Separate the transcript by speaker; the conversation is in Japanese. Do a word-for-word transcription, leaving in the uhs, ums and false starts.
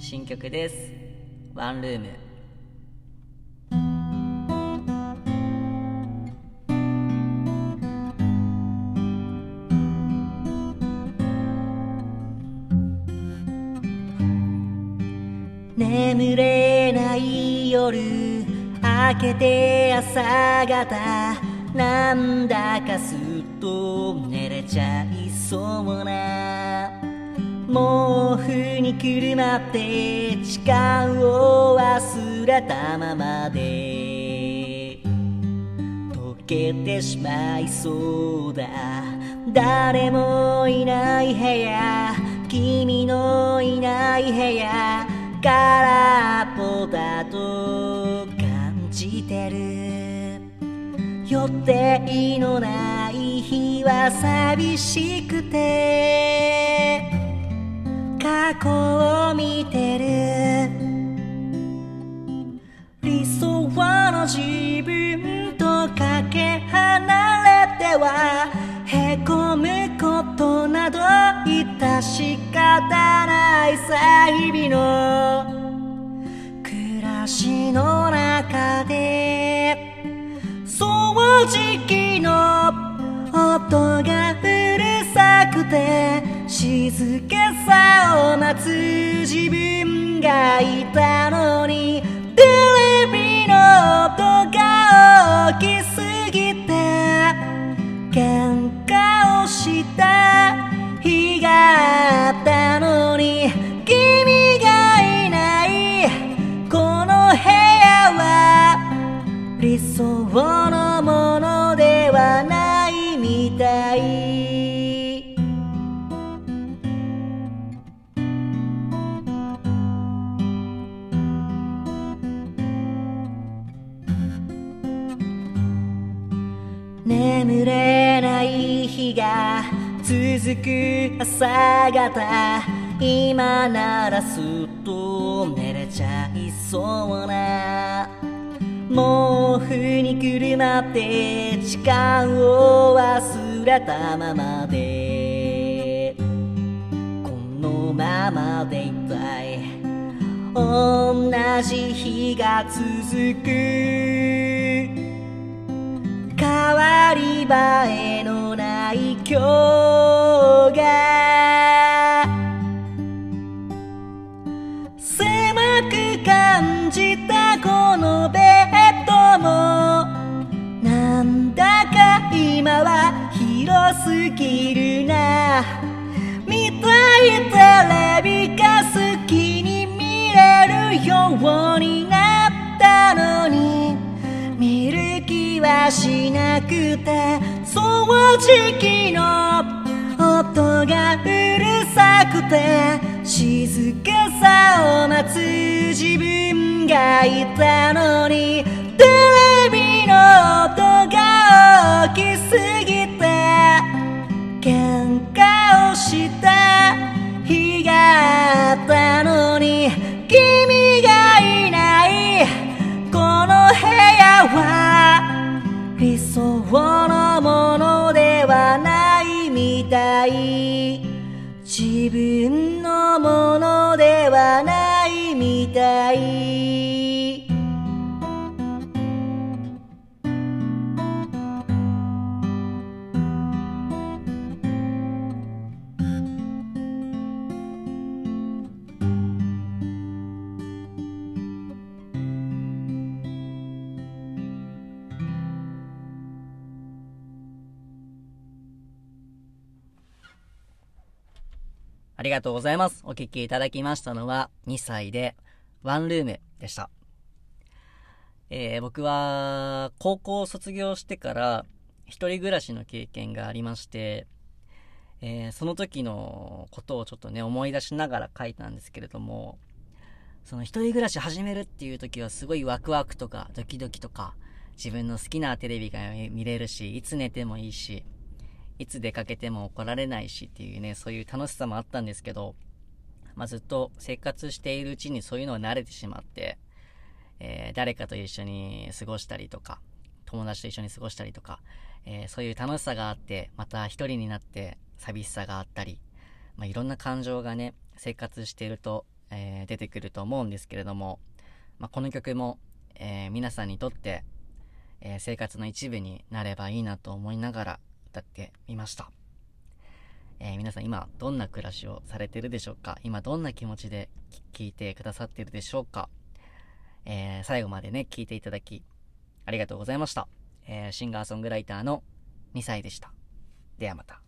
Speaker 1: 新曲です。ワンルーム。眠れない夜明けて朝方、なんだかすっと寝れちゃいそうな、毛布にくるまって時間を忘れたままで溶けてしまいそうだ。誰もいない部屋、君のいない部屋、空っぽだと感じてる。予定のない日は寂しくて過去を見てる。理想の自分とかけ離れてはへこむことなど致し方ないさ。日々の暮らしの中で掃除機の音がうるさくて静けさを待つ自分がいたのに、テレビの音が大きすぎて喧嘩をした日があったのに、君がいないこの部屋は理想のものではないみたい。眠れない日が続く朝方、今ならすっと寝れちゃいそうな、毛布にくるまって時間を忘れたままで、このままでいたい。同じ日が続く、変わり映えのない今日が狭く感じたこのベッドも、なんだか今は広すぎるな。見たいテレビが好きに見れるようになったのに、見る気はしなくて、掃除機の音がうるさくて静けさを待つ自分がいたのに、テレビの音が大きすぎて喧嘩をした日があったのに、君がいないこの部屋は理想のものではないみたい。自分のものではないみたい。ありがとうございます。お聴きいただきましたのはにさいでワンルームでした。えー、僕は高校を卒業してから一人暮らしの経験がありまして、えー、その時のことをちょっとね思い出しながら書いたんですけれども、その一人暮らし始めるっていう時はすごいワクワクとかドキドキとか、自分の好きなテレビが見れるし、いつ寝てもいいし、いつ出かけても怒られないしっていうね、そういう楽しさもあったんですけど、まあ、ずっと生活しているうちにそういうのは慣れてしまって、えー、誰かと一緒に過ごしたりとか、友達と一緒に過ごしたりとか、えー、そういう楽しさがあって、また一人になって寂しさがあったり、まあ、いろんな感情がね、生活していると
Speaker 2: えー出てくると思うんですけれども、まあ、この曲も、えー皆さんにとって、えー生活の一部になればいいなと思いながら歌ってみました。えー皆さん今どんな暮らしをされているでしょうか？今どんな気持ちで聞いてくださっているでしょうか？えー最後までね、聞いていただきありがとうございました。えーシンガーソングライターのにさいでした。ではまた。